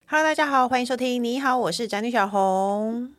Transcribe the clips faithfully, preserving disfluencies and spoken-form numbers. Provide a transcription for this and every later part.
Hello， 大家好，欢迎收听。你好，我是宅女小红。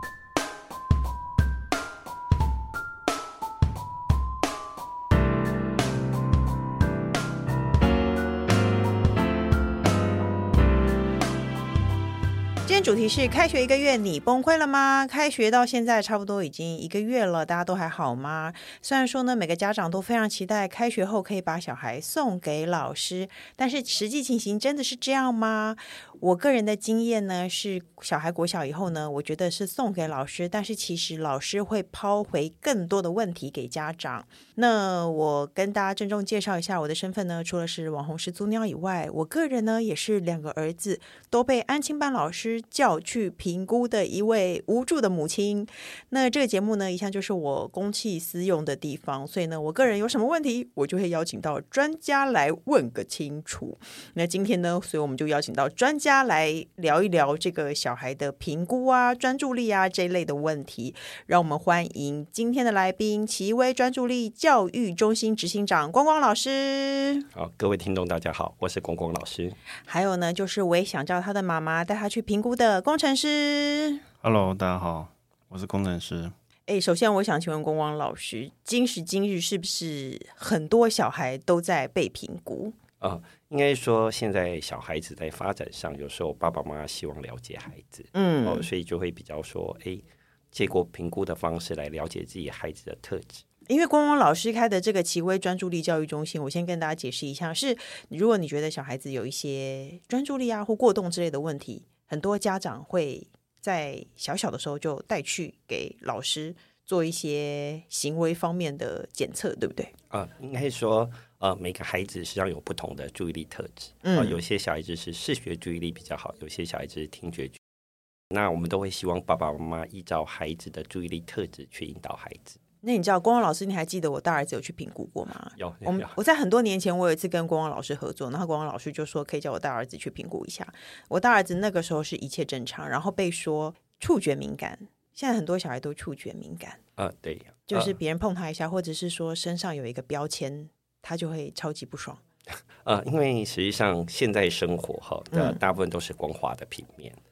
今天主题是开学一个月，你崩溃了吗？开学到现在差不多已经一个月了，大家都还好吗？虽然说呢，每个家长都非常期待开学后可以把小孩送给老师，但是实际情形真的是这样吗？我个人的经验呢，是小孩国小以后呢，我觉得是送给老师，但是其实老师会抛回更多的问题给家长。那我跟大家郑重介绍一下我的身份呢，除了是网红始祖鸟以外，我个人呢也是两个儿子都被安亲班老师叫去评估的一位无助的母亲。那这个节目呢，一向就是我公器私用的地方，所以呢，我个人有什么问题，我就会邀请到专家来问个清楚。那今天呢，所以我们就邀请到专家来聊一聊这个小孩的评估啊、专注力啊这一类的问题。让我们欢迎今天的来宾，奇威专注力教育中心执行长光光老师。 好，各位听众大家好，我是光光老师。 还有呢，就是我也想叫他的妈妈带他去评估的工程师。 Hello， 大家好，我是工程师。 哎，首先我想请问光光老师，今时今日是不是很多小孩都在被评估？ 呃、应该说现在小孩子在发展上，有时候爸爸妈妈希望了解孩子，嗯、哦，所以就会比较说，哎，借过评估的方式来了解自己孩子的特质。 因为光光老师开的这个奇威专注力教育中心，我先跟大家解释一下，是如果你觉得小孩子有一些专注力啊或过动之类的问题，很多家长会在小小的时候就带去给老师做一些行为方面的检测，对不对？ 啊、呃，应该说，呃，每个孩子实际上有不同的注意力特质，嗯、呃，有些小孩子是视觉注意力比较好，有些小孩子是听觉注意力。那我们都会希望爸爸妈妈依照孩子的注意力特质去引导孩子。 那你知道光光老师，你还记得我大儿子有去评估过吗？ 有， 我们我在很多年前，我有一次跟光光老师合作，然后光光老师就说可以叫我大儿子去评估一下。我大儿子那个时候是一切正常，然后被说触觉敏感。现在很多小孩都触觉敏感， 啊、呃，对， 就是别人碰他一下，呃、或者是说身上有一个标签，他就会超级不爽。 呃，因为实际上现在生活哈的大部分都是光滑的平面。嗯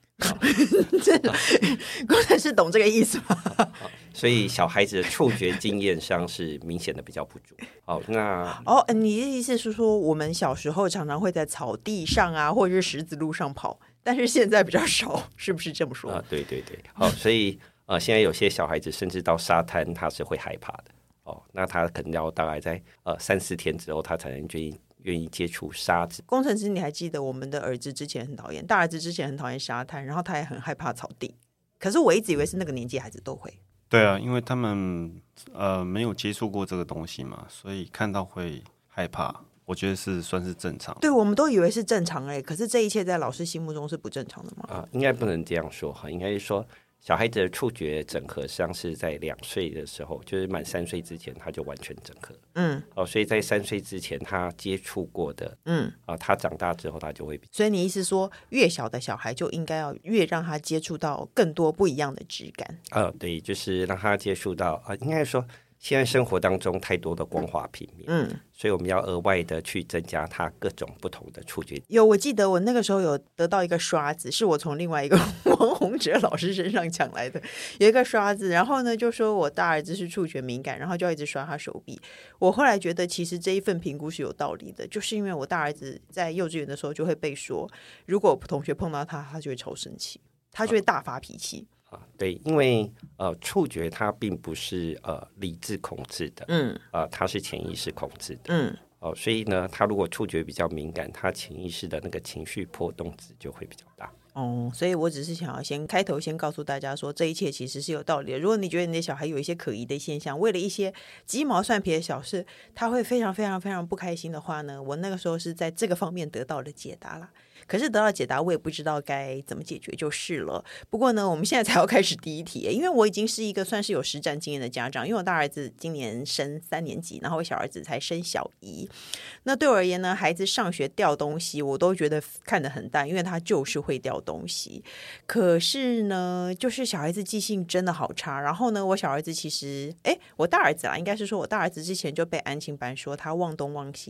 工程师懂这个意思吗？ 所以小孩子的触觉经验上是明显的比较不足。好，那哦，你的意思是说，我们小时候常常会在草地上啊，或者是石子路上跑，但是现在比较少，是不是这么说？ 啊、呃，对对对。好，所以呃，现在有些小孩子甚至到沙滩他是会害怕的。哦，那他可能要大概在呃三四天之后，他才能决定。愿意接触沙子。 工程师，你还记得我们的儿子之前很讨厌，大儿子之前很讨厌沙滩，然后他也很害怕草地。可是我一直以为是那个年纪孩子都会。 对啊，因为他们呃没有接触过这个东西嘛，所以看到会害怕。我觉得是算是正常。 对，我们都以为是正常哎、欸，可是这一切在老师心目中是不正常的吗？ 啊、呃，应该不能这样说哈，应该是说。小孩子的触觉整合实际上是在两岁的时候，就是满三岁之前，他就完全整合。嗯，哦，所以在三岁之前，他接触过的，嗯，啊、呃，他长大之后，他就会。 所以你意思说，越小的小孩就应该要越让他接触到更多不一样的质感。 呃，对，就是让他接触到啊、呃，应该说。现在生活当中太多的光滑平面，嗯，所以我们要额外的去增加它各种不同的触觉。 有，我记得我那个时候有得到一个刷子，是我从另外一个王洪哲老师身上抢来的，有一个刷子，然后呢就说我大儿子是触觉敏感，然后就要一直刷他手臂。我后来觉得其实这一份评估是有道理的，就是因为我大儿子在幼稚园的时候就会被说，如果同学碰到他，他就会超生气，他就会大发脾气。 啊对，因为呃，触觉它并不是呃理智控制的，嗯，呃，它是潜意识控制的，嗯，哦、呃，所以呢，他如果触觉比较敏感，他潜意识的那个情绪波动值就会比较大。 哦，所以我只是想要先开头先告诉大家说，这一切其实是有道理的。如果你觉得你的小孩有一些可疑的现象，为了一些鸡毛蒜皮的小事，他会非常非常非常不开心的话呢，我那个时候是在这个方面得到了解答啦。可是得到解答，我也不知道该怎么解决就是了。不过呢，我们现在才要开始第一题，因为我已经是一个算是有实战经验的家长，因为我大儿子今年升三年级，然后我小儿子才升小一。那对我而言呢，孩子上学掉东西，我都觉得看得很淡，因为他就是会掉东西。可是呢，就是小孩子记性真的好差。然后呢，我小儿子其实，哎，我大儿子啦，应该是说我大儿子之前就被安亲班说他忘东忘西，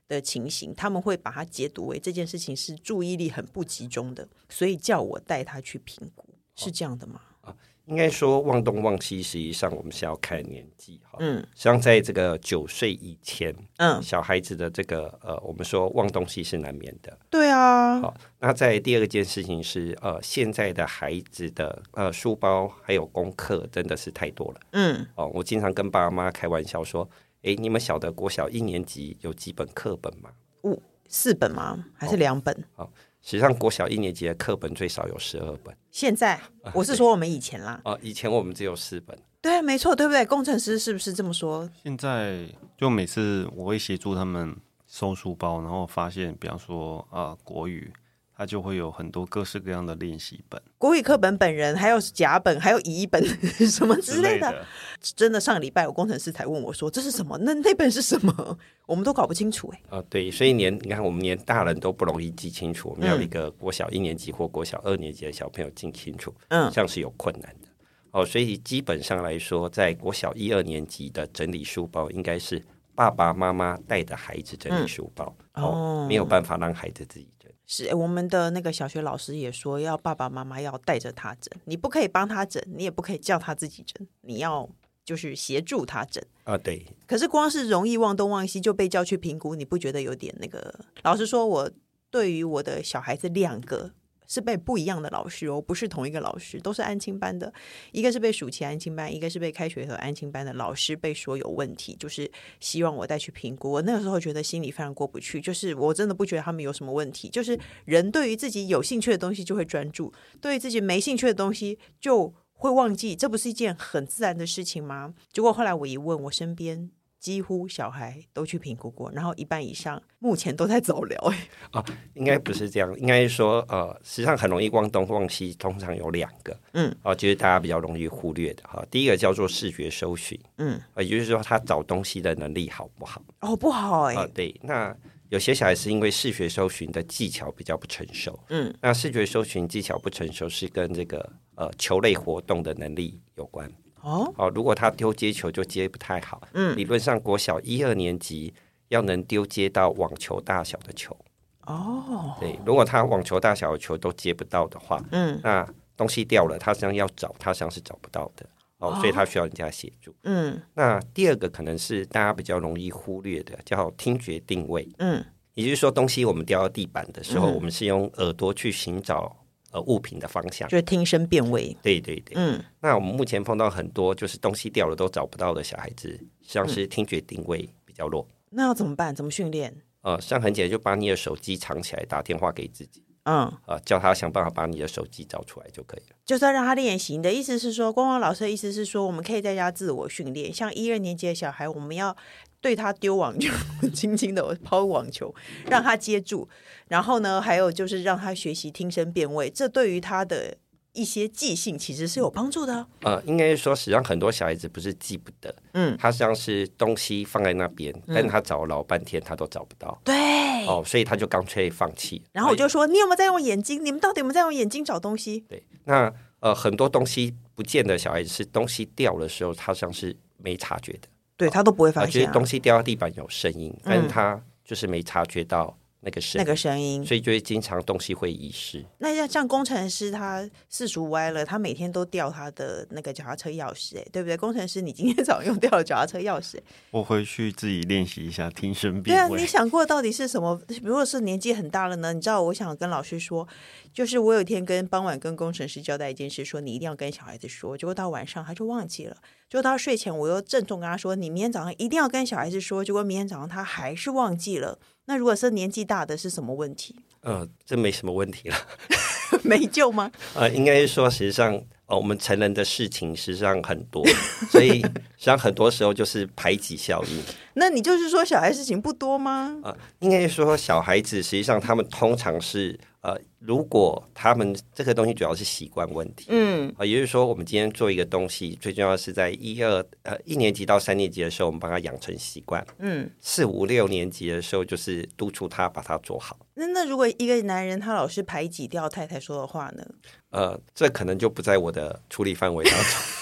的情形，他们会把它解读为这件事情是注意力很不集中的，所以叫我带他去评估，是这样的吗？ 应该说忘东忘西，实际上我们是要看年纪哈。嗯，实际上在这个九岁以前，嗯，小孩子的这个呃，我们说忘东西是难免的。 对啊。 好，那在第二件事情是呃，现在的孩子的呃书包还有功课真的是太多了。嗯，哦，我经常跟爸妈开玩笑说，哎，你们晓得国小一年级有几本课本吗？ 五四本吗？还是两本？ 好、哦。实际上，国小一年级的课本最少有十二本。 现在我是说我们以前啦， 啊、呃，以前我们只有四本。 对，没错，对不对？工程师是不是这么说？ 现在就每次我会协助他们收书包，然后发现，比方说啊、呃，国语，它就会有很多各式各样的练习本， 国语课本本人，还有甲本，还有乙本什么之类的。真的，上个礼拜有工程师才问我说：“这是什么？那那本是什么？”我们都搞不清楚哎、 欸。啊、呃，对，所以连你看，我们连大人都不容易记清楚，我们要一个国小一年级或国小二年级的小朋友记清楚，嗯，像是有困难的。哦，所以基本上来说，在国小一二年级的整理书包，应该是爸爸妈妈带着孩子整理书包，嗯、哦，没有办法让孩子自己整。 是我们的那个小学老师也说，要爸爸妈妈要带着他整，你不可以帮他整，你也不可以叫他自己整，你要就是协助他整啊。对。 可是光是容易忘东忘西就被叫去评估，你不觉得有点那个？老实说，我对于我的小孩子两个是被不一样的老师哦，不是同一个老师，都是安亲班的，一个是被暑期安亲班，一个是被开学和安亲班的老师被说有问题，就是希望我带去评估。我那个时候觉得心里非常过不去，就是我真的不觉得他们有什么问题，就是人对于自己有兴趣的东西就会专注，对于自己没兴趣的东西就会忘记，这不是一件很自然的事情吗？结果后来我一问，我身边几乎小孩都去评估过，然后一半以上目前都在早疗、欸啊、应该不是这样，应该说呃，实际上很容易忘东忘西，通常有两个，嗯，啊、呃，就是大家比较容易忽略的哈。第一个叫做视觉搜寻，嗯，啊、呃，也就是说他找东西的能力好不好？ 哦，不好哎、欸呃，对，那有些小孩是因为视觉搜寻的技巧比较不成熟，嗯，那视觉搜寻技巧不成熟是跟这个呃球类活动的能力有关。哦, 哦，如果他丢接球就接不太好，嗯，理论上国小一二年级要能丢接到网球大小的球，哦，对，如果他网球大小的球都接不到的话，嗯，那东西掉了，他实际上要找，他实际上是找不到的，哦，所以他需要人家协助，嗯，那第二个可能是大家比较容易忽略的，叫听觉定位，嗯，也就是说东西我们掉到地板的时候，嗯、我们是用耳朵去寻找。呃，物品的方向就是听声辨位， 对对对，嗯，那我们目前碰到很多就是东西掉了都找不到的小孩子，像是听觉定位比较弱， 嗯、那要怎么办？怎么训练？ 呃，像很简单，就把你的手机藏起来，打电话给自己，嗯，呃，叫他想办法把你的手机找出来就可以了。 就是要让他练习。你的意思是说，光光老师的意思是说，我们可以在家自我训练，像一二年级的小孩，我们要对他丢网球，轻轻的抛网球，让他接住。然后呢，还有就是让他学习听声辨位，这对于他的一些记性其实是有帮助的。 呃，应该说，实际上很多小孩子不是记不得，嗯，他实际上是东西放在那边，嗯、但是他找了老半天他都找不到， 对， 哦，所以他就干脆放弃。 然后我就说，你有没有在用眼睛？你们到底有没有在用眼睛找东西？ 对，那呃，很多东西不见的小孩子是东西掉的时候，他像是没察觉的。 对，他都不会发现、啊， 就是东西掉到地板有声音，嗯、但是他就是没察觉到那个声音， 那个声音， 所以就会经常东西会遗失。 那像工程师，他四处歪了，他每天都掉他的那个脚踏车钥匙，哎，对不对？工程师，你今天早上用掉了脚踏车钥匙， 我回去自己练习一下听声辨位。 对啊，你想过到底是什么？如果是年纪很大了呢？你知道，我想跟老师说，就是我有一天跟傍晚跟工程师交代一件事，说你一定要跟小孩子说，结果到晚上他就忘记了。就到睡前我又郑重跟他说，你明天早上一定要跟小孩子说，结果明天早上他还是忘记了。那如果是年纪大的是什么问题？ 呃，这没什么问题了。 没救吗？ 呃，应该是说实际上呃，我们成人的事情实际上很多，所以实际上很多时候就是排挤效应。 那你就是说小孩事情不多吗？ 呃，应该说小孩子实际上他们通常是呃，如果他们这个东西主要是习惯问题，嗯，呃，也就是说我们今天做一个东西，最重要的是在一二呃一年级到三年级的时候，我们把它养成习惯，嗯，四五六年级的时候就是督促他把它做好。 那那如果一个男人他老是排挤掉太太说的话呢？ 呃，这可能就不在我的处理范围当中。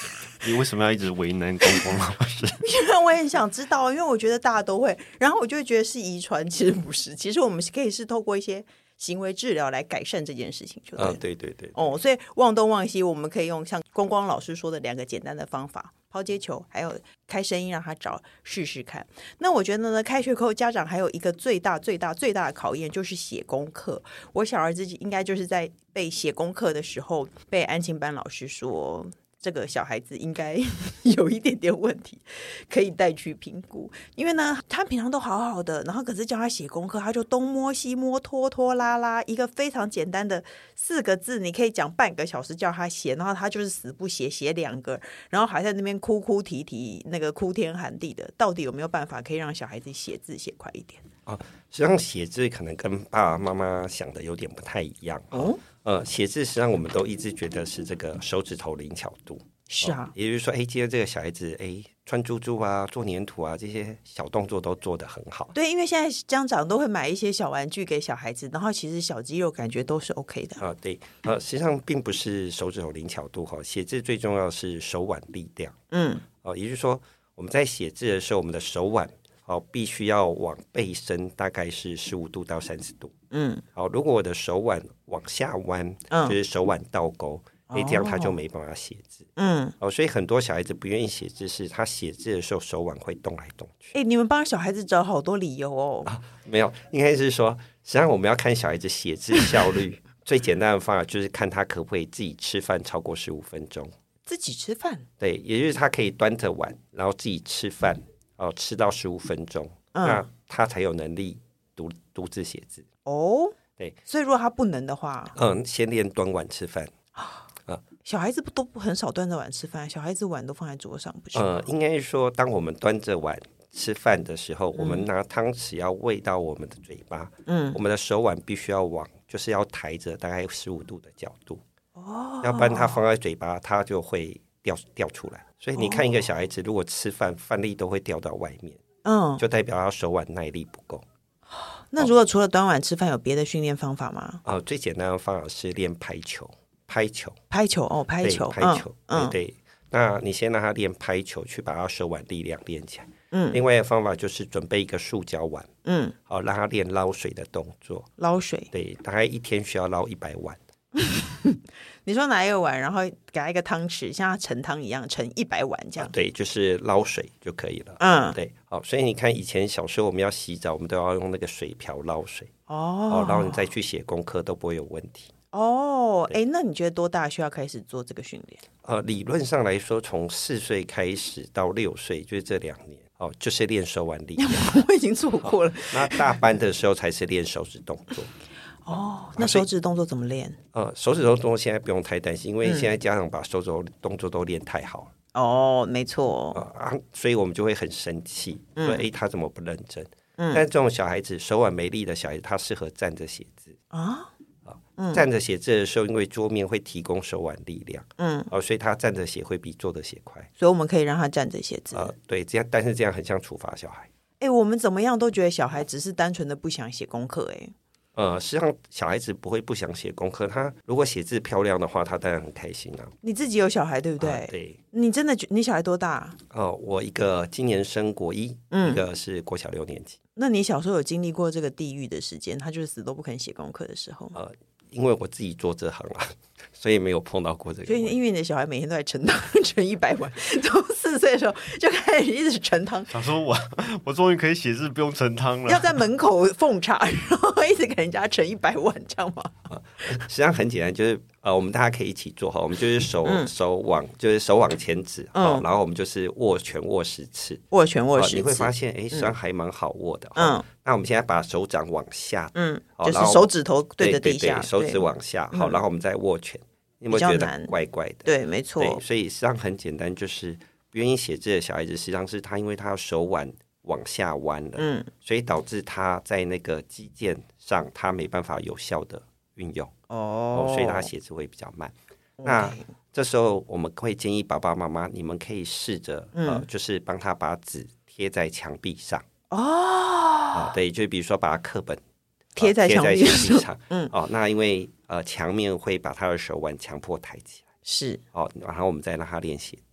你为什么要一直为难公公老师？ 因为我也很想知道，因为我觉得大家都会，然后我就会觉得是遗传，其实不是，其实我们可以是透过一些行为治疗来改善这件事情，就对了。 啊，对对对。 哦，所以忘东忘西，我们可以用像光光老师说的两个简单的方法。抛接球还有开声音让他找试试看。那我觉得呢，开学后家长还有一个最大最大最大的考验就是写功课。我小儿子应该就是在被写功课的时候被安亲班老师说这个小孩子应该有一点点问题，可以带去评估。因为呢，他平常都好好的，然后可是叫他写功课，他就东摸西摸，拖拖拉拉，一个非常简单的四个字，你可以讲半个小时叫他写，然后他就是死不写，写两个，然后还在那边哭哭啼啼，那个哭天喊地的。到底有没有办法可以让小孩子写字写快一点？ 哦，实际上写字可能跟爸爸妈妈想的有点不太一样。哦，呃，写字实际上我们都一直觉得是这个手指头灵巧度。 是啊， 哦，也就是说，哎，今天这个小孩子，哎，穿珠珠啊，做粘土啊，这些小动作都做得很好。 对，因为现在家长都会买一些小玩具给小孩子，然后其实小肌肉感觉都是 OK 的。 啊，对，呃，实际上并不是手指头灵巧度哈，写字最重要的是手腕力量。嗯，哦，也就是说，我们在写字的时候，我们的手腕哦，必须要往背伸，大概是十五度到三十度。嗯，好，如果我的手腕往下弯，嗯，就是手腕倒钩。哎，这样他就没办法写字。嗯，哦，所以很多小孩子不愿意写字，是他写字的时候手腕会动来动去。 哎，你们帮小孩子找好多理由哦。 啊，没有，应该是说，实际上我们要看小孩子写字效率，最简单的方法就是看他可不可以自己吃饭超过十五分钟。 自己吃饭？ 对，也就是他可以端着碗，然后自己吃饭，哦，吃到十五分钟，嗯，那他才有能力独独自写字。 哦， 对， 所以如果他不能的话， 嗯，先练端碗吃饭。 啊，小孩子不都很少端着碗吃饭，小孩子碗都放在桌上，不是吗？ 呃，应该是说，当我们端着碗吃饭的时候，嗯，我们拿汤匙要喂到我们的嘴巴，嗯，我们的手腕必须要往，就是要抬着大概十五度的角度，哦，要不然它放在嘴巴，它就会掉掉出来。所以你看一个小孩子，如果吃饭饭粒都会掉到外面，嗯，就代表他手腕耐力不够。 那如果除了端碗吃饭，有别的训练方法吗？ 哦，最简单的方法是练拍球。拍球， 拍球哦，拍球， 拍球，嗯，对对。那你先让他练拍球，去把他手腕力量练起来。嗯，另外一个方法就是准备一个塑胶碗，嗯，好，让他练捞水的动作。 捞水， 对，大概一天需要捞一百碗。 你说拿一个碗，然后给他一个汤匙，像他盛汤一样盛一百碗这样，啊。 对，就是捞水就可以了。嗯，对，好，所以你看以前小时候我们要洗澡，我们都要用那个水瓢捞水。哦，然后你再去写功课都不会有问题。 哦，哎，那你觉得多大需要开始做这个训练？ 呃，理论上来说，从四岁开始到六岁，就是这两年哦，就是练手腕力量。 我已经做过了。 那大班的时候才是练手指动作。 哦，那手指动作怎么练？ 呃，手指动作现在不用太担心，因为现在家长把手指动作都练太好了。 哦，没错。 啊，所以我们就会很生气，说哎，他怎么不认真？嗯，但这种小孩子手腕没力的小孩子，他适合站着写字啊。嗯，站着写字的时候，因为桌面会提供手腕力量，嗯，哦，所以他站着写会比坐着写快， 所以我们可以让他站着写字。 呃，对，这样，但是这样很像处罚小孩。 哎，我们怎么样都觉得小孩只是单纯的不想写功课，哎， 呃，实际上小孩子不会不想写功课，他如果写字漂亮的话，他当然很开心啊。 你自己有小孩对不对？ 啊，对， 你真的你小孩多大？ 哦，我一个今年升国一，嗯，一个是国小六年级。 那你小时候有经历过这个地狱的时间，他就是死都不肯写功课的时候吗？呃因为我自己做这行了，所以没有碰到过这个。 所以因为你的小孩每天都在盛汤，盛一百碗，从四岁的时候就开始一直盛汤。 想说我我终于可以写字，不用盛汤了。 要在门口奉茶，然后一直给人家盛一百碗，这样吗？ 啊，实际上很简单，就是呃，我们大家可以一起做哈。我们就是手、嗯、手往就是手往前指，嗯，然后我们就是握拳握十次， 握拳握十次， 你会发现哎，实际上还蛮好握的。嗯，那我们现在把手掌往下， 嗯，就是手指头对着地下， 对对对，手指往下，好，然后我们再握拳。你有没有觉得怪怪的？ 对，没错。 对，所以实际上很简单，就是不愿意写字的小孩子，实际上是他因为他手腕往下弯了，嗯，所以导致他在那个肌腱上他没办法有效的运用，哦，所以他写字会比较慢。Okay. 那这时候我们会建议爸爸妈妈，你们可以试着、嗯、呃，就是帮他把纸贴在墙壁上。哦、呃，对，就比如说把课本贴在墙壁上，嗯，哦，那因为呃墙面会把他的手腕强迫抬起来， 是， 哦，然后我们再让他练写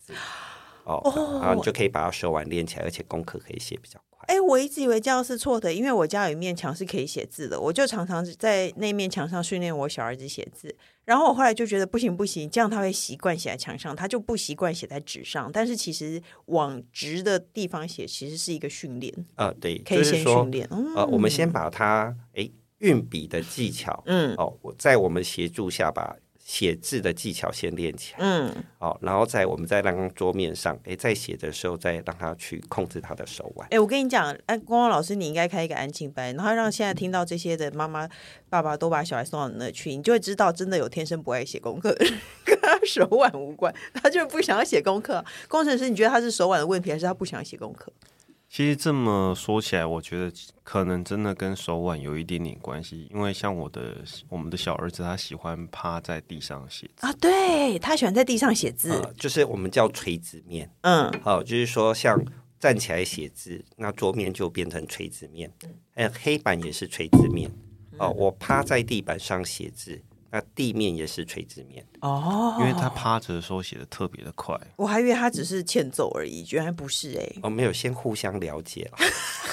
字哦，哦然后你就可以把它手腕练起来，而且功课可以写比较快。 哎，我一直以为这样是错的，因为我家有一面墙是可以写字的，我就常常在那面墙上训练我小儿子写字。然后我后来就觉得不行不行，这样他会习惯写在墙上，他就不习惯写在纸上。但是其实往直的地方写，其实是一个训练。 呃，对， 可以先训练。 就是呃，我们先把它哎运笔的技巧，嗯，哦，在我们协助下把写字的技巧先练起来，嗯，好，然后在我们再让桌面上，哎，在写的时候再让他去控制他的手腕。 哎，我跟你讲，哎，光光老师，你应该开一个安静班，然后让现在听到这些的妈妈、爸爸都把小孩送到你那去，你就会知道，真的有天生不爱写功课的人，跟他手腕无关，他就不想要写功课。工程师，你觉得他是手腕的问题，还是他不想写功课？ 其实这么说起来，我觉得可能真的跟手腕有一点点关系，因为像我的我们的小儿子，他喜欢趴在地上写字啊，对，他喜欢在地上写字， 呃、就是我们叫垂直面，嗯，好、哦，就是说像站起来写字，那桌面就变成垂直面，嗯，黑板也是垂直面，哦，我趴在地板上写字。那地面也是垂直面哦，因为他趴着的时候写的特别的快， 我还以为他只是欠揍而已，原来不是哎、欸。 哦，没有，先互相了解了。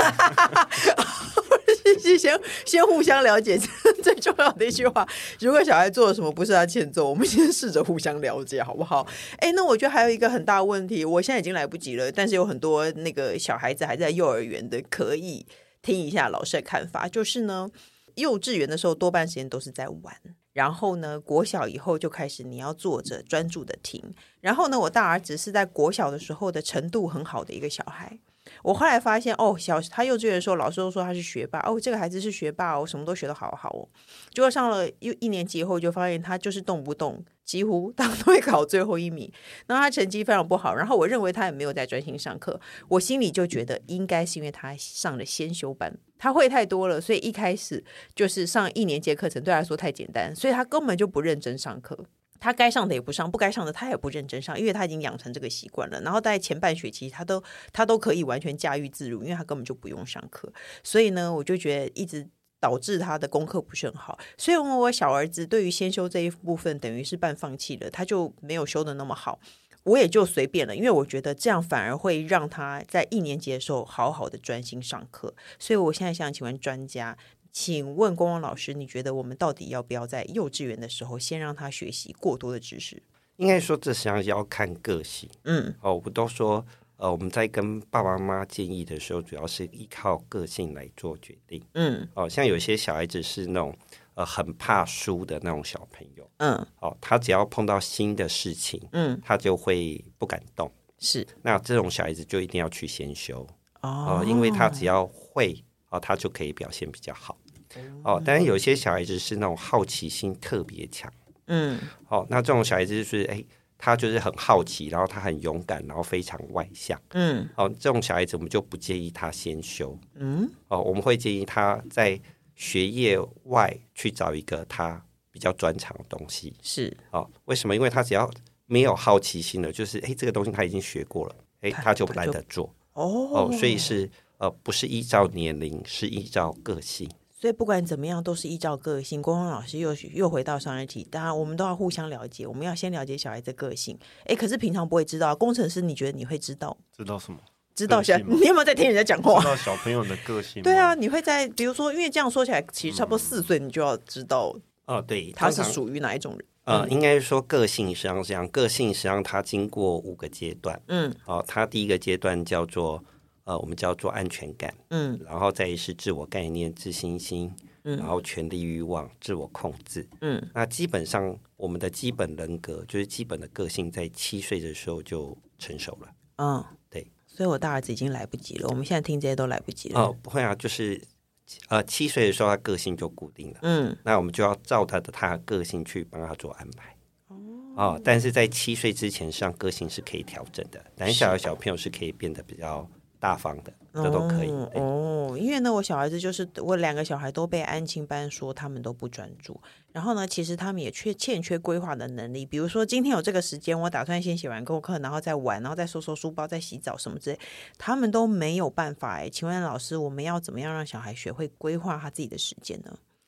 先先互相了解，最重要的一句话。如果小孩做了什么不是他欠揍，我们先试着互相了解，好不好？哎，那我觉得还有一个很大的问题，我现在已经来不及了，但是有很多那个小孩子还在幼儿园的，可以听一下老师的看法，就是呢，幼稚园的时候多半时间都是在玩。然后呢，国小以后就开始你要坐着专注的听。然后呢，我大儿子是在国小的时候的程度很好的一个小孩。我后来发现，哦，小他幼稚园的时候，老师都说他是学霸，哦，这个孩子是学霸哦，什么都学得好好哦。结果上了一一年级以后，就发现他就是动不动几乎他都会考最后一名，然后他成绩非常不好。然后我认为他也没有在专心上课，我心里就觉得应该是因为他上了先修班，他会太多了，所以一开始就是上一年级课程对他来说太简单，所以他根本就不认真上课。他该上的也不上，不该上的他也不认真上，因为他已经养成这个习惯了。然后在前半学期他都他都可以完全驾驭自如，因为他根本就不用上课。所以呢，我就觉得一直导致他的功课不是很好。所以我小儿子对于先修这一部分等于是半放弃了，他就没有修的那么好。我也就随便了，因为我觉得这样反而会让他在一年级的时候好好的专心上课。所以我现在想请问专家，请问光光老师，你觉得我们到底要不要在幼稚园的时候先让他学习过多的知识？ 应该说这实际上要看个性。嗯，哦，我都说，呃，我们在跟爸爸妈妈建议的时候，主要是依靠个性来做决定。嗯，哦，像有些小孩子是那种呃很怕输的那种小朋友。嗯，哦，他只要碰到新的事情，嗯，他就会不敢动。 是， 那这种小孩子就一定要去先修。哦，呃、因为他只要会，哦，他就可以表现比较好。哦，但是有些小孩子是那种好奇心特别强，嗯，哦，那这种小孩子就是哎，他就是很好奇，然后他很勇敢，然后非常外向，嗯，哦，这种小孩子我们就不建议他先修，嗯，哦，我们会建议他在学业外去找一个他比较专长的东西， 是， 哦，为什么？因为他只要没有好奇心了，就是哎，这个东西他已经学过了，哎，他就懒得做，哦，哦，所以是呃，不是依照年龄，是依照个性。 所以不管怎么样都是依照个性。光光老师又又回到上一题，当然我们都要互相了解，我们要先了解小孩子个性。哎，可是平常不会知道，工程师你觉得你会知道？ 知道什么？ 知道小你有没有在听人家讲话？ 知道小朋友的个性吗？ 对啊，你会在比如说，因为这样说起来，其实差不多四岁你就要知道哦，对， 他是属于哪一种人。 呃，应该说个性实际上是这样，个性实际上它经过五个阶段。嗯，哦，它第一个阶段叫做呃，我们叫做安全感，嗯，然后再是自我概念、自信心，嗯，然后权力欲望、自我控制，嗯，那基本上我们的基本人格就是基本的个性，在七岁的时候就成熟了，嗯，对， 所以我大儿子已经来不及了，我们现在听这些都来不及了。 哦，不会啊，就是呃七岁的时候他个性就固定了，嗯，那我们就要照他的他的个性去帮他做安排。哦，但是在七岁之前，实际上个性是可以调整的，胆小的小朋友是可以变得比较大方的，这都可以。 哦，哦，因为呢，我小孩子就是我两个小孩都被安亲班说他们都不专注，然后呢，其实他们也缺欠缺规划的能力。比如说今天有这个时间，我打算先写完功课，然后再玩，然后再收收书包，再洗澡什么之类，他们都没有办法。哎，请问老师，我们要怎么样让小孩学会规划他自己的时间呢？ 啊，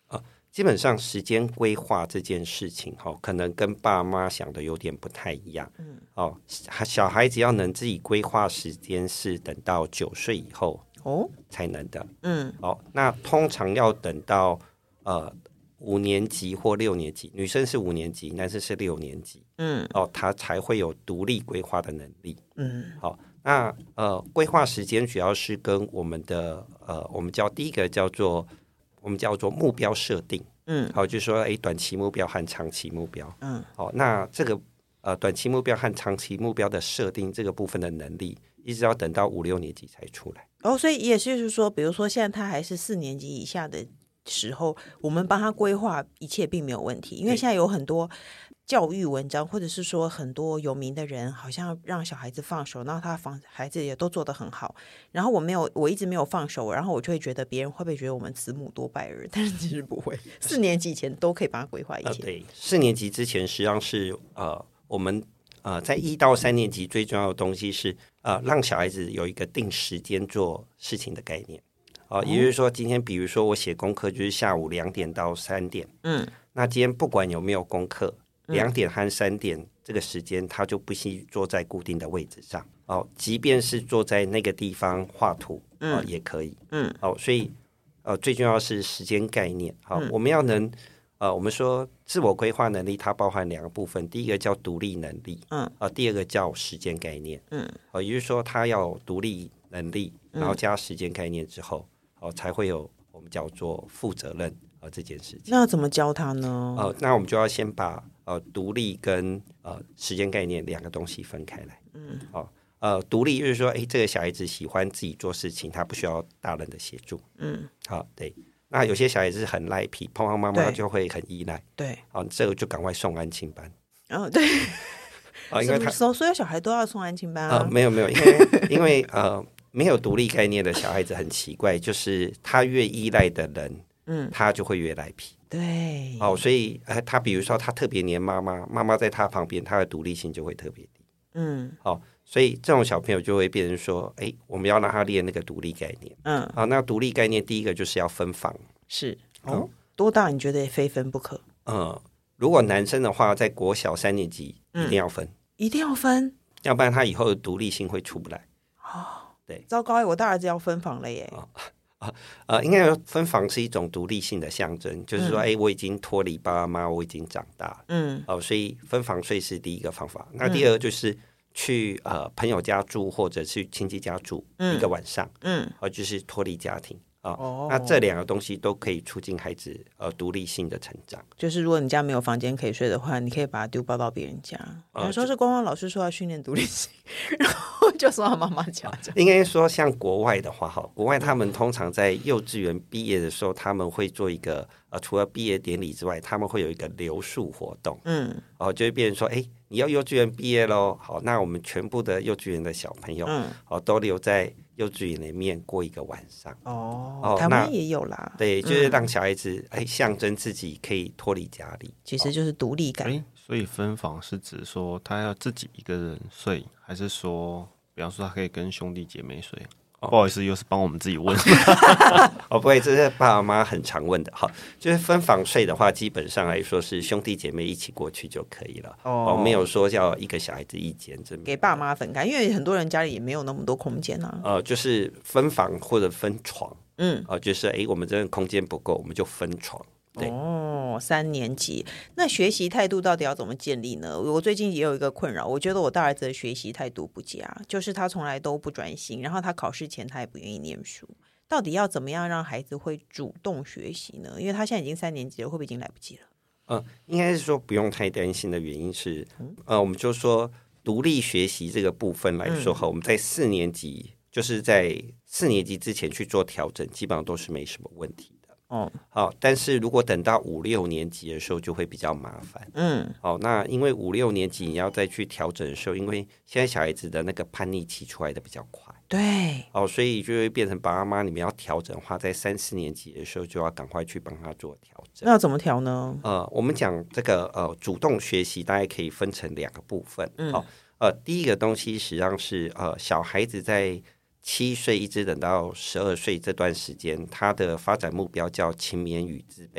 基本上时间规划这件事情、哦、可能跟爸妈想的有点不太一样、嗯哦、小孩子要能自己规划时间是等到九岁以后才能的、嗯哦、那通常要等到呃五年级或六年级，女生是五年级，男生是六年级，嗯哦，他才会有独立规划的能力，嗯好、哦，那呃规划时间主要是跟我们的呃我们叫第一个叫做我们叫做目标设定，嗯，好，就是说，哎，短期目标和长期目标，嗯，好，那这个呃短期目标和长期目标的设定这个部分的能力，一直要等到五六年级才出来。 哦，所以也就是说，比如说现在他还是四年级以下的时候，我们帮他规划一切并没有问题，因为现在有很多教育文章，或者是说很多有名的人好像让小孩子放手，然后他房孩子也都做得很好，然后我没有我一直没有放手，然后我就会觉得别人会不会觉得我们慈母多败儿，但是其实不会，四年级前都可以帮他规划一切、呃、 对，四年级之前实际上是呃我们呃在一到三年级最重要的东西是呃让小孩子有一个定时间做事情的概念。哦，也就是说，今天比如说我写功课就是下午两点到三点，嗯，那今天不管有没有功课，两点和三点这个时间，他就不需坐在固定的位置上，哦，即便是坐在那个地方画图，嗯、哦，也可以，嗯，哦，所以呃，最重要的是时间概念，好、哦嗯，我们要能呃，我们说自我规划能力，它包含两个部分，第一个叫独立能力，嗯，啊、呃，第二个叫时间概念，嗯，哦，也就是说，他要有独立能力，然后加时间概念之后。哦，才会有我们叫做负责任、呃、这件事情。 那怎么教他呢？ 呃，那我们就要先把呃独立跟呃时间概念两个东西分开来。嗯，哦，呃，独立就是说，哎，这个小孩子喜欢自己做事情，他不需要大人的协助。嗯，好、哦，对。那有些小孩子很赖皮，爸爸妈妈就会很依赖。 对， 好、哦，这个就赶快送安亲班。 哦，对。 啊、哦，因为他所有小孩都要送安亲班啊？ 呃、没有没有，因为因为呃。没有独立概念的小孩子很奇怪，就是他越依赖的人，嗯，他就会越赖皮。 对， 哦，所以呃，他比如说他特别黏妈妈，妈妈在他旁边，他的独立性就会特别低。嗯，哦，所以这种小朋友就会变成说，哎，我们要让他练那个独立概念。嗯，好、哦，那独立概念第一个就是要分房。 是哦、嗯，多大你觉得也非分不可？ 嗯，如果男生的话，在国小三年级一定要分，嗯、 一定要分， 要不然他以后的独立性会出不来。 哦。糟糕，我大儿子要分房了耶！ 哦啊呃，应该说分房是一种独立性的象征，就是说，哎、嗯，我已经脱离爸妈，我已经长大，嗯，哦，所以分房睡是第一个方法。那第二个就是去、嗯、呃朋友家住，或者去亲戚家住、嗯、一个晚上，嗯，呃，就是脱离家庭。啊、哦，那这两个东西都可以促进孩子呃独立性的成长。 就是如果你家没有房间可以睡的话，你可以把它丢包到别人家。有、呃、时候是光光老师说要训练独立性，然后就送到妈妈家。 应该说，像国外的话，哈，国外他们通常在幼稚园毕业的时候，他们会做一个呃，除了毕业典礼之外，他们会有一个留宿活动。嗯，然后就会变成说，哎，你要幼稚园毕业咯，好，那我们全部的幼稚园的小朋友，嗯，哦，都留在幼稚园里面过一个晚上。 哦，哦台湾也有啦。 对，就是让小孩子哎、嗯、象征自己可以脱离家里， 其实就是独立感。 哎，所以分房是指说他要自己一个人睡，还是说，比方说他可以跟兄弟姐妹睡？哦、不好意思，又是帮我们自己问。 哦，不会，这是爸爸妈妈很常问的。好，就是分房睡的话，基本上来说是兄弟姐妹一起过去就可以了。哦，哦没有说要一个小孩子一间， 给爸妈分开，因为很多人家里也没有那么多空间啊。 呃，就是分房或者分床。嗯，啊、呃，就是哎，我们这个空间不够，我们就分床。对哦，三年级那学习态度到底要怎么建立呢？我最近也有一个困扰，我觉得我大儿子的学习态度不佳，就是他从来都不专心，然后他考试前他也不愿意念书。到底要怎么样让孩子会主动学习呢？因为他现在已经三年级了，会不会已经来不及了？ 呃，应该是说不用太担心的原因是，嗯、呃，我们就说独立学习这个部分来说哈、嗯，我们在四年级就是在四年级之前去做调整，基本上都是没什么问题。哦，好，但是如果等到五六年级的时候，就会比较麻烦。嗯，好，那因为五六年级你要再去调整的时候，因为现在小孩子的那个叛逆期出来的比较快， 对， 哦，所以就会变成爸爸妈妈你们要调整的话，在三四年级的时候就要赶快去帮他做调整。 那怎么调呢？ 呃，我们讲这个呃主动学习，大概可以分成两个部分。嗯，好，呃，第一个东西实际上是呃小孩子在七岁一直等到十二岁这段时间，他的发展目标叫勤勉与自卑。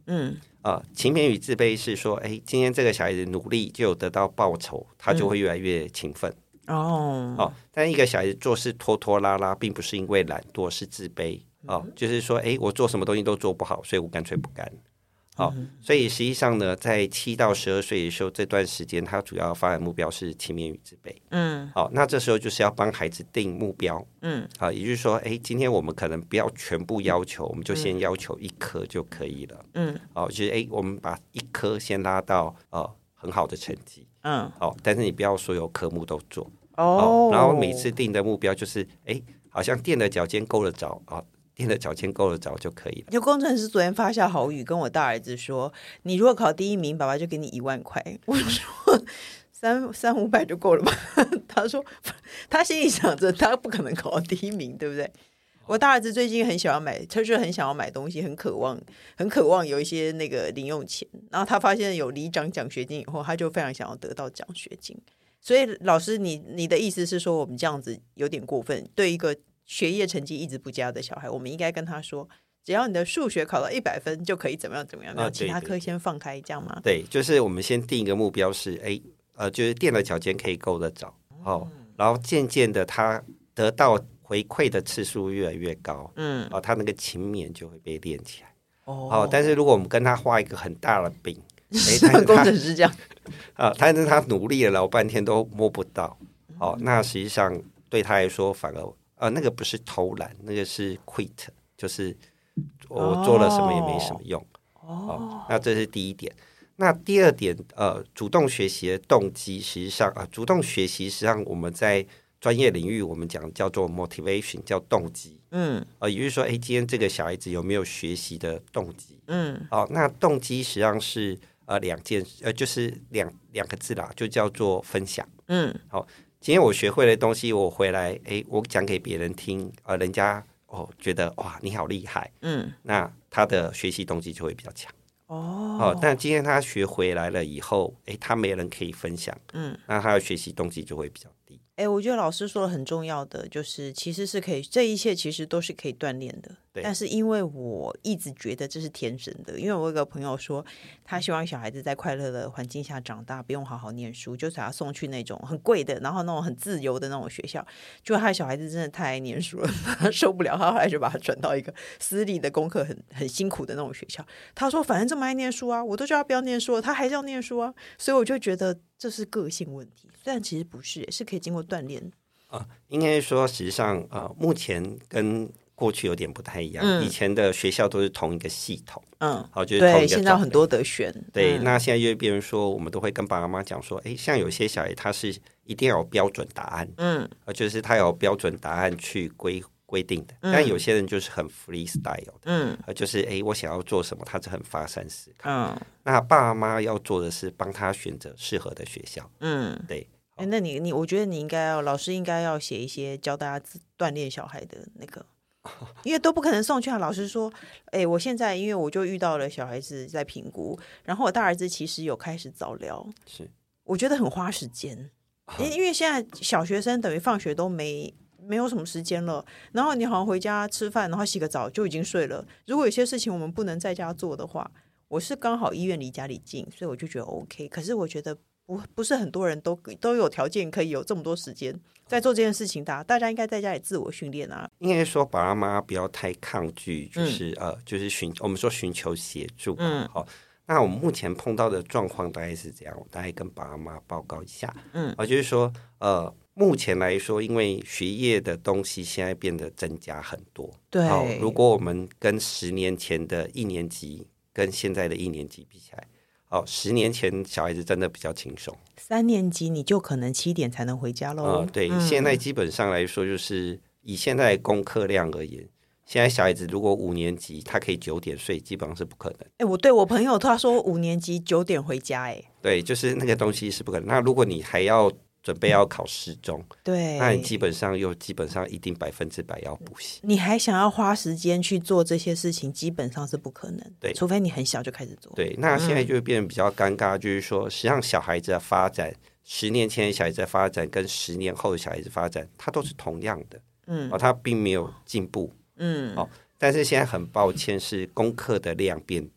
嗯，呃，勤勉与自卑是说，哎，今天这个小孩子努力就有得到报酬，他就会越来越勤奋。嗯、哦，哦，但一个小孩子做事拖拖拉拉，并不是因为懒惰，是自卑。哦，就是说，哎，我做什么东西都做不好，所以我干脆不干。好、哦，所以实际上呢，在七到十二岁的时候，这段时间，他主要发展目标是勤勉与自卑。嗯，好、哦，那这时候就是要帮孩子定目标。嗯，好、哦，也就是说，哎，今天我们可能不要全部要求，我们就先要求一科就可以了。嗯，好、哦，就是哎，我们把一科先拉到呃很好的成绩。嗯，好、哦，但是你不要所有科目都做。哦，哦然后每次定的目标就是，哎，好像垫的脚尖够得着啊。哦垫的脚尖够得着就可以了。 就工程师昨天发下豪语，跟我大儿子说：“你如果考第一名，爸爸就给你一万块。”我说：“三三五百就够了吧？”他说：“他心里想着，他不可能考到第一名，对不对？”我大儿子最近很想要买，他就很想要买东西，很渴望，很渴望有一些那个零用钱。然后他发现有里长奖学金以后，他就非常想要得到奖学金。所以，老师，你你的意思是说，我们这样子有点过分，对一个学业成绩一直不佳的小孩，我们应该跟他说，只要你的数学考到一百分就可以怎么样怎么样，然后其他科先放开，这样吗？ 对，就是我们先定一个目标是，哎，呃，就是垫了脚尖可以够得着，哦，然后渐渐的他得到回馈的次数越来越高，嗯，哦，他那个勤勉就会被练起来，哦，哦但是如果我们跟他画一个很大的饼， 哎，工程师这样， 啊，但是他努力了老半天都摸不到，哦，那实际上对他来说反而。呃，那个不是偷懒，那个是 quit， 就是我做了什么也没什么用。哦，哦那这是第一点。那第二点，呃，主动学习的动机，实际上啊、呃，主动学习实际上我们在专业领域我们讲叫做 motivation， 叫动机。嗯，呃，也就是说，哎，今天这个小孩子有没有学习的动机？嗯，哦，那动机实际上是呃两件，呃，就是两两个字啦，就叫做分享。嗯，好、哦。今天我学会的东西，我回来，哎，我讲给别人听，呃，人家哦觉得哇你好厉害，嗯，那他的学习动机就会比较强。哦，哦，但今天他学回来了以后，哎，他没人可以分享，嗯，那他的学习动机就会比较低。 哎，我觉得老师说的很重要的就是，其实是可以，这一切其实都是可以锻炼的。但是因为我一直觉得这是天生的，因为我有个朋友说，他希望小孩子在快乐的环境下长大，不用好好念书，就把他送去那种很贵的，然后那种很自由的那种学校。就他的小孩子真的太爱念书了，他受不了，他后来就把他转到一个私立的功课很很辛苦的那种学校。他说，反正这么爱念书啊，我都叫他不要念书了，他还是要念书啊。所以我就觉得这是个性问题，但其实不是，是可以经过锻炼。 呃，应该说，实际上，呃，目前跟过去有点不太一样。嗯、以前的学校都是同一个系统，嗯，好，就是同一个。对， 现在很多得选。 对，嗯、那现在就变成说，我们都会跟爸爸妈妈讲说，哎，像有些小孩他是一定要有标准答案，嗯，呃，就是他有标准答案去规规定的。嗯、但有些人就是很 freestyle 的，嗯，呃，就是哎，我想要做什么，他是很发散思考。嗯，那爸妈要做的是帮他选择适合的学校，嗯，对。 哎，那你你，我觉得你应该要，老师应该要写一些教大家锻炼小孩的那个，因为都不可能送去啊。老师说，哎，我现在因为我就遇到了小孩子在评估，然后我大儿子其实有开始早疗，是，我觉得很花时间，因因为现在小学生等于放学都没没有什么时间了，然后你好像回家吃饭，然后洗个澡就已经睡了。如果有些事情我们不能在家做的话，我是刚好医院离家里近，所以我就觉得 OK。可是我觉得。不不是很多人都都有条件可以有这么多时间在做这件事情的、啊，大家应该在家里自我训练啊。 应该说，爸妈不要太抗拒，就是、嗯、呃，就是寻我们说寻求协助。嗯，好，那我们目前碰到的状况大概是这样，我大概跟爸妈报告一下。嗯，啊，就是说，呃，目前来说，因为学业的东西现在变得增加很多。 对， 好，如果我们跟十年前的一年级跟现在的一年级比起来。哦，十年前小孩子真的比较轻松， 三年级你就可能七点才能回家喽、 呃。对、嗯，现在基本上来说，就是以现在的功课量而言，现在小孩子如果五年级他可以九点睡，基本上是不可能。 哎，我对我朋友他说五年级九点回家，哎， 对，就是那个东西是不可能。那如果你还要准备要考试中， 对， 那你基本上又基本上一定百分之百要补习。 你还想要花时间去做这些事情，基本上是不可能。 对， 除非你很小就开始做。 对，那现在就变得比较尴尬，嗯、就是说，实际上小孩子的发展，十年前的小孩子的发展跟十年后的小孩子发展，它都是同样的，嗯，哦，它并没有进步，嗯，哦，但是现在很抱歉，是功课的量变多了。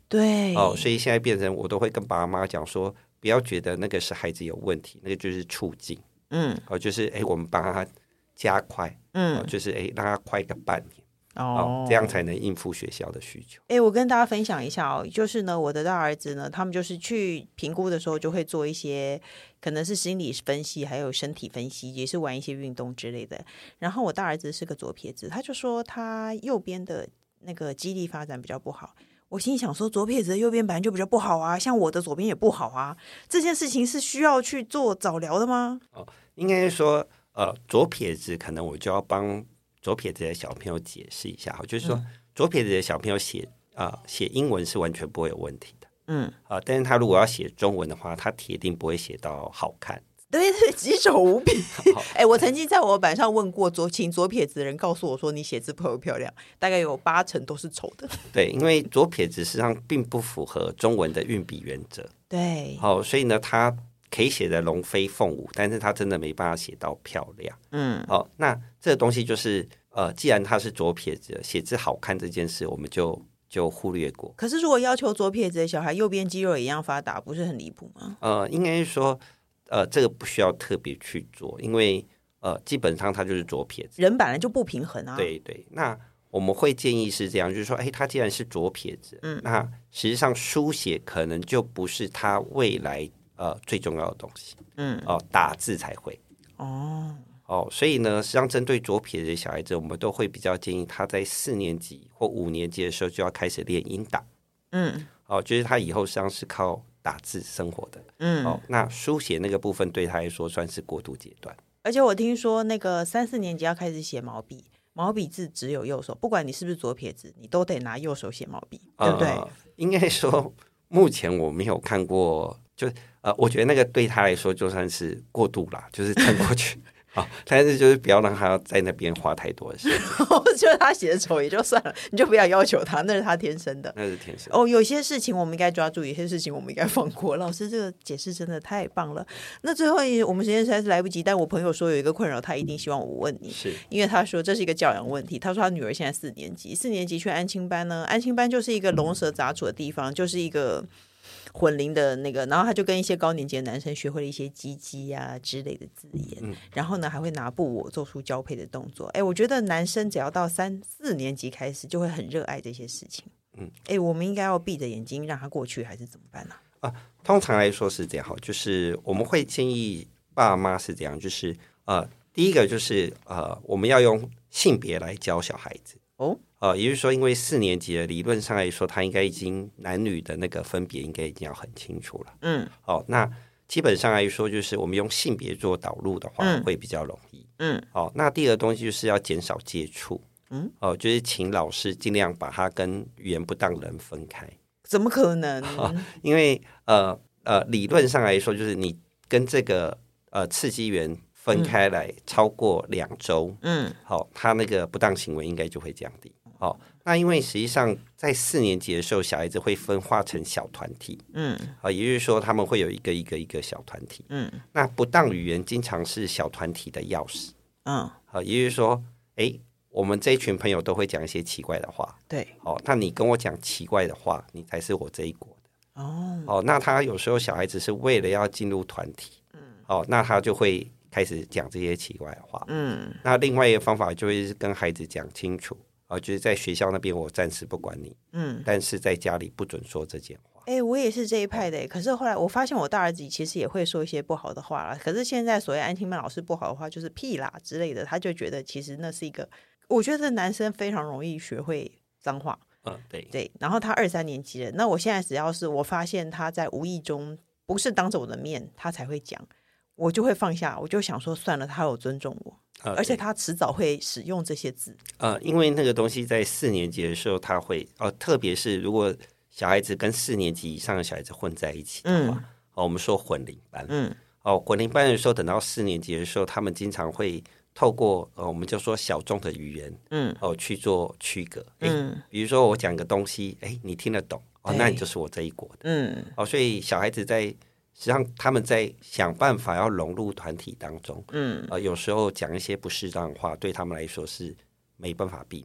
对哦，所以现在变成我都会跟爸爸妈妈讲说，不要觉得那个是孩子有问题，那个就是促进，嗯，哦，就是哎，我们帮他加快，嗯，哦、就是哎，让他快个半年。哦，这样才能应付学校的需求。 哎，我跟大家分享一下哦，就是呢，我的大儿子呢，他们就是去评估的时候，就会做一些可能是心理分析，还有身体分析，也是玩一些运动之类的。然后我大儿子是个左撇子，他就说他右边的那个肌力发展比较不好。我心里想说，左撇子的右边本来就比较不好啊，像我的左边也不好啊。这件事情是需要去做早疗的吗？ 哦，应该说，呃，左撇子可能我就要帮左撇子的小朋友解释一下，就是说、嗯、左撇子的小朋友写啊、呃、写英文是完全不会有问题的，嗯啊、呃，但是他如果要写中文的话，他铁定不会写到好看。 对对，奇丑无比。哎，我曾经在我板上问过左请左撇子的人，告诉我说你写字漂不漂亮，大概有八成都是丑的。 对，因为左撇子实际上并不符合中文的运笔原则。 对， 好、哦，所以呢，他可以写的龙飞凤舞，但是他真的没办法写到漂亮。嗯，好、哦，那这个东西就是呃，既然他是左撇子，写字好看这件事，我们就就忽略过。 可是如果要求左撇子的小孩右边肌肉也一样发达，不是很离谱吗？ 呃，应该是说，呃，这个不需要特别去做，因为呃，基本上他就是左撇子， 人本来就不平衡啊。 对对，那我们会建议是这样，就是说，哎，他既然是左撇子，嗯，那实际上书写可能就不是他未来呃最重要的东西，嗯，哦、呃，打字才会，哦。哦，所以呢，实际上针对左撇子的小孩子，我们都会比较建议他在四年级或五年级的时候就要开始练音打。嗯，哦，就是他以后实际上是靠打字生活的。嗯，哦，那书写那个部分对他来说算是过渡阶段。 而且我听说那个三四年级要开始写毛笔，毛笔字只有右手，不管你是不是左撇子，你都得拿右手写毛笔，对不对？呃、 应该说，目前我没有看过，就呃，我觉得那个对他来说就算是过渡啦，就是撑过去。好，但是就是不要让他在那边花太多的时间。 就是他写的丑也就算了，你就不要要求他，那是他天生的， 那是天生的。 哦，有些事情我们应该抓住，有些事情我们应该放过。老师这个解释真的太棒了。那最后我们时间实在是来不及，但我朋友说有一个困扰，他一定希望我问你， 是因为他说这是一个教养问题。他说他女儿现在四年级，四年级去安亲班呢，安亲班就是一个龙蛇杂处的地方，就是一个混龄的那个，然后他就跟一些高年级的男生学会了一些鸡鸡啊之类的字眼，嗯、然后呢还会拿布偶做出交配的动作。哎，我觉得男生只要到三四年级开始就会很热爱这些事情。嗯，哎，我们应该要闭着眼睛让他过去，还是怎么办呢、 啊？啊，通常来说是这样，就是我们会建议爸妈是这样，就是呃，第一个就是呃，我们要用性别来教小孩子哦。呃，也就是说，因为四年级的理论上来说，他应该已经男女的那个分别应该已经要很清楚了。嗯，哦，那基本上来说，就是我们用性别做导入的话，嗯、会比较容易。嗯，哦，那第二个东西就是要减少接触。嗯，哦，就是请老师尽量把他跟语言不当人分开。 怎么可能？ 哦、因为呃呃，理论上来说，就是你跟这个呃刺激源分开来超过两周，嗯，好、哦，他那个不当行为应该就会降低。哦，那因为实际上在四年级的时候，小孩子会分化成小团体，嗯，啊，也就是说他们会有一个一个一个小团体，嗯，那不当语言经常是小团体的钥匙，嗯，好，也就是说，哎，我们这一群朋友都会讲一些奇怪的话， 对， 哦，那你跟我讲奇怪的话，你才是我这一国的，哦，哦，那他有时候小孩子是为了要进入团体，嗯，哦，那他就会开始讲这些奇怪的话，嗯，那另外一个方法就会是跟孩子讲清楚。哦，就是在学校那边我暂时不管你，嗯，但是在家里不准说这件话。 哎、欸，我也是这一派的，可是后来我发现我大儿子其实也会说一些不好的话啦。可是现在所谓安亲班老师不好的话就是屁啦之类的，他就觉得其实那是一个，我觉得男生非常容易学会脏话。 嗯，对对。然后他二三年级了，那我现在只要是我发现他在无意中不是当着我的面他才会讲，我就会放下，我就想说算了，他有尊重我。呃、而且他迟早会使用这些字， 呃，因为那个东西在四年级的时候，他会，呃，特别是如果小孩子跟四年级以上的小孩子混在一起的话，嗯哦、我们说混龄班，嗯，哦，混龄班的时候，等到四年级的时候，他们经常会透过呃，我们就说小众的语言，嗯，哦，去做区隔，嗯，比如说我讲个东西，哎，你听得懂，哦，那你就是我这一国的，嗯，哦，所以小孩子在。实际上他们在想办法要融入团体当中，嗯，呃，有时候讲一些不适当的话，对他们来说是没办法避免的。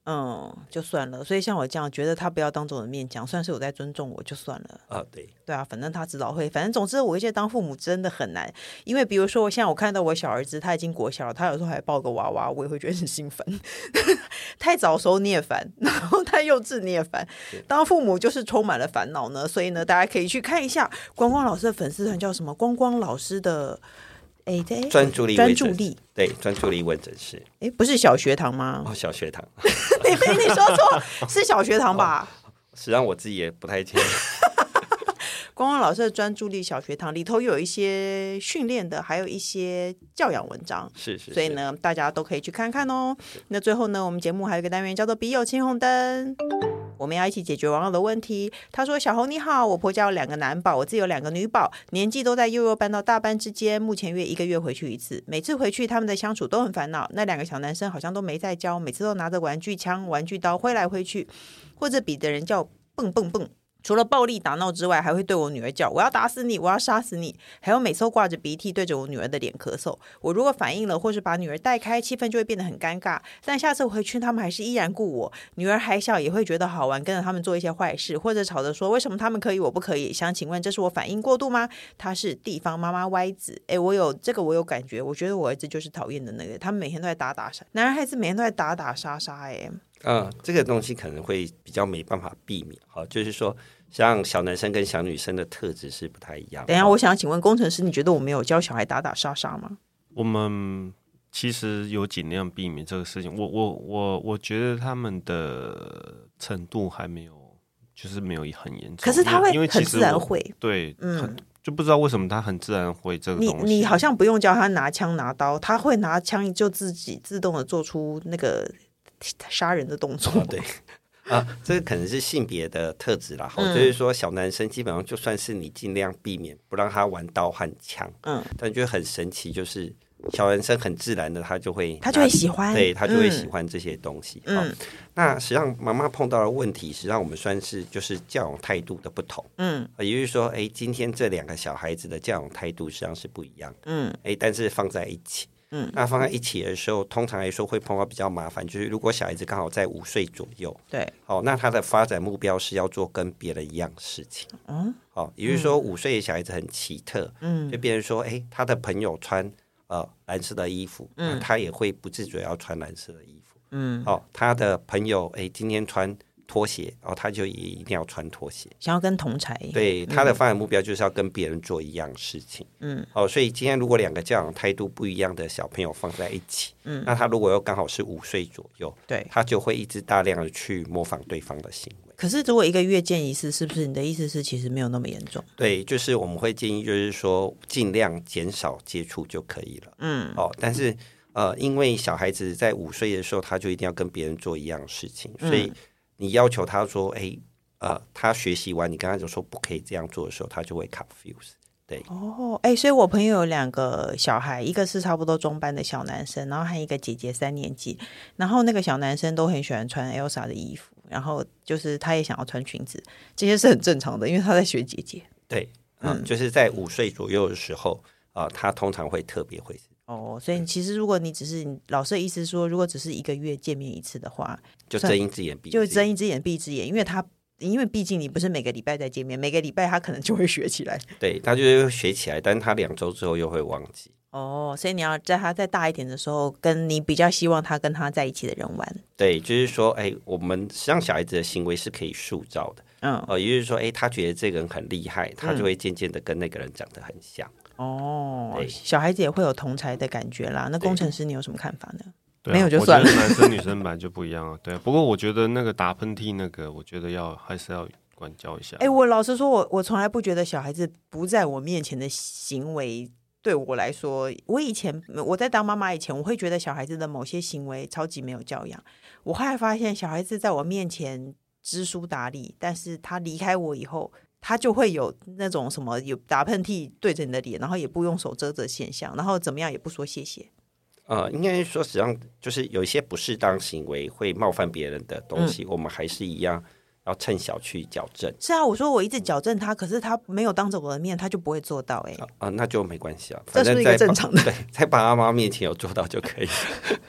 嗯，就算了。所以像我这样觉得他不要当着我的面讲，算是我在尊重我就算了啊。对对啊，反正他迟早会，反正总之我觉得当父母真的很难，因为比如说像我看到我小儿子他已经国小了，他有时候还抱个娃娃，我也会觉得很兴奋。太早熟你也烦，然后太幼稚你也烦，当父母就是充满了烦恼呢。所以呢，大家可以去看一下光光老师的粉丝团叫什么？光光老师的。哎，对， 专注力专注力， 对，专注力问诊室。 哎，不是小学堂吗？ 哦，小学堂。 你你说错，是小学堂吧？ 哦、实际上我自己也不太清楚。 光光老师的专注力小学堂里头有一些训练的，还有一些教养文章， 是 是, 是。 所以呢，大家都可以去看看哦。那最后呢，我们节目还有一个单元叫做“笔友青红灯”。我们要一起解决网友的问题。他说：小红你好，我婆家有两个男宝，我自己有两个女宝，年纪都在幼幼班到大班之间，目前约一个月回去一次，每次回去他们的相处都很烦恼，那两个小男生好像都没在教，每次都拿着玩具枪玩具刀挥来挥去，或者比的人叫蹦蹦蹦，除了暴力打闹之外，还会对我女儿叫我要打死你，我要杀死你，还有每次都挂着鼻涕对着我女儿的脸咳嗽，我如果反应了或是把女儿带开，气氛就会变得很尴尬，但下次回去他们还是依然顾我，女儿还小也会觉得好玩，跟着他们做一些坏事，或者吵着说为什么他们可以我不可以，想请问这是我反应过度吗？她是地方妈妈歪子。诶，我有这个我有感觉，我觉得我儿子就是讨厌的那个，他们每天都在打打杀，男人孩子每天都在打打杀杀。诶嗯，这个东西可能会比较没办法避免，好，就是说像小男生跟小女生的特质是不太一样。 等一下，我想请问工程师，你觉得我没有教小孩打打杀杀吗？ 我们其实有尽量避免这个事情。我我我我觉得他们的程度还没有，就是没有很严重。 可是他会因为很自然会， 对，嗯，就不知道为什么他很自然会这个东西。 你你好像不用教他拿枪拿刀，他会拿枪就自己自动的做出那个杀人的动作。 哦、对。啊，这个可能是性别的特质啦，嗯、就是说小男生基本上就算是你尽量避免不让他玩刀和枪，嗯，但就很神奇，就是小男生很自然的他就会他就会喜欢， 对他就会喜欢这些东西。嗯，哦、那实际上妈妈碰到的问题，实际上我们算是就是教养态度的不同，嗯，也就是说，哎，今天这两个小孩子的教养态度实际上是不一样，嗯，哎，但是放在一起。嗯，那放在一起的时候，通常来说会碰到比较麻烦，就是如果小孩子刚好在五岁左右， 对， 好，那他的发展目标是要做跟别人一样的事情，嗯，好，也就是说五岁的小孩子很奇特，嗯，就变成说，哎，他的朋友穿呃蓝色的衣服，嗯，他也会不自觉要穿蓝色的衣服，嗯，好，他的朋友哎今天穿拖鞋，然后他就也一定要穿拖鞋， 想要跟同才， 对，他的发展目标就是要跟别人做一样事情，嗯，哦，所以今天如果两个教养态度不一样的小朋友放在一起，嗯，那他如果又刚好是五岁左右， 对， 他就会一直大量的去模仿对方的行为。 可是如果一个月见一次，是不是你的意思是其实没有那么严重？ 对，就是我们会建议就是说尽量减少接触就可以了，嗯，哦，但是呃，因为小孩子在五岁的时候他就一定要跟别人做一样的事情，所以、嗯你要求他说，哎，呃，他学习完，你跟他就说不可以这样做的时候，他就会 confuse。对， 哦，哎，所以我朋友有两个小孩，一个是差不多中班的小男生，然后还有一个姐姐三年级，然后那个小男生都很喜欢穿 Elsa 的衣服，然后就是他也想要穿裙子，这些是很正常的，因为他在学姐姐。 对，嗯，嗯就是在五岁左右的时候，啊、呃，他通常会特别会。 哦，所以其实如果你只是老师的意思说，如果只是一个月见面一次的话， 就睁一只眼闭一只眼，就睁一只眼闭一只眼，因为他因为毕竟你不是每个礼拜在见面，每个礼拜他可能就会学起来， 对，他就会学起来，但是他两周之后又会忘记。 哦，所以你要在他再大一点的时候，跟你比较希望他跟他在一起的人玩。 对，就是说，哎，我们实际上小孩子的行为是可以塑造的，嗯，哦、呃，也就是说，哎，他觉得这个人很厉害，他就会渐渐的跟那个人长得很像。嗯哦，小孩子也会有同才的感觉啦。那工程师你有什么看法呢？ 啊、 没有就算了。 我觉得男生女生本来就不一样啊。对啊，不过我觉得那个打喷嚏那个，我觉得要还是要管教一下。 哎、欸，我老实说，我我从来不觉得小孩子不在我面前的行为，对我来说，我以前我在当妈妈以前，我会觉得小孩子的某些行为超级没有教养。我后来发现，小孩子在我面前知书达理，但是他离开我以后。他就会有那种什么有打喷嚏对着你的脸，然后也不用手遮着现象，然后怎么样也不说谢谢。 呃，应该说实际上就是有一些不适当行为会冒犯别人的东西、嗯、我们还是一样要趁小去矫正。 是啊，我说我一直矫正他，可是他没有当着我的面他就不会做到。哎、欸，啊、 呃，那就没关系啊， 这是一个正常的。 对，在爸爸妈妈面前有做到就可以了。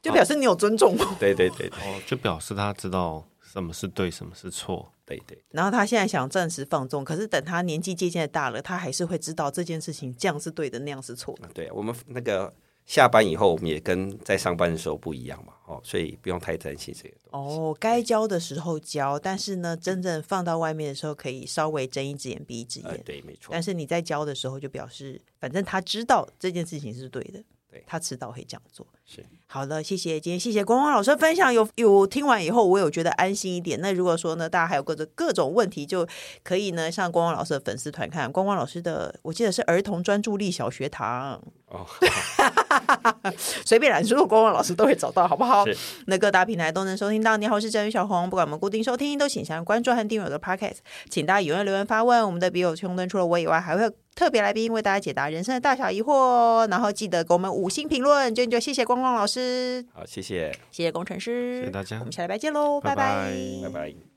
就表示你有尊重我。 对对对对， 哦，就表示他知道什么是对，什么是错。 对对。 然后他现在想暂时放纵，可是等他年纪渐渐大了，他还是会知道这件事情这样是对的，那样是错的。 对，我们那个下班以后，我们也跟在上班的时候不一样嘛，哦，所以不用太担心这个东西。 哦，该教的时候教，但是呢，真正放到外面的时候，可以稍微睁一只眼闭一只眼。 呃、对，没错。 但是你在教的时候，就表示反正他知道这件事情是对的， 对， 他迟早会这样做。 是， 好了，谢谢今天谢谢光光老师的分享，有有听完以后，我有觉得安心一点。那如果说呢，大家还有各种各种问题，就可以呢上光光老师的粉丝团看光光老师的，我记得是儿童专注力小学堂哦，随便来，如果光光老师都会找到，好不好？那各大平台都能收听到。你好，我是郑宇小红，不管我们固定收听，都请相关注和订阅我的 Podcast， 请大家踊跃留言发问。我们的笔友穷敦除了我以外，还会有特别来宾为大家解答人生的大小疑惑，然后记得给我们五星评论。今天就谢谢光光老师。 好，谢谢， 谢谢工程师， 谢谢大家， 我们下礼拜见喽，拜拜， 拜拜。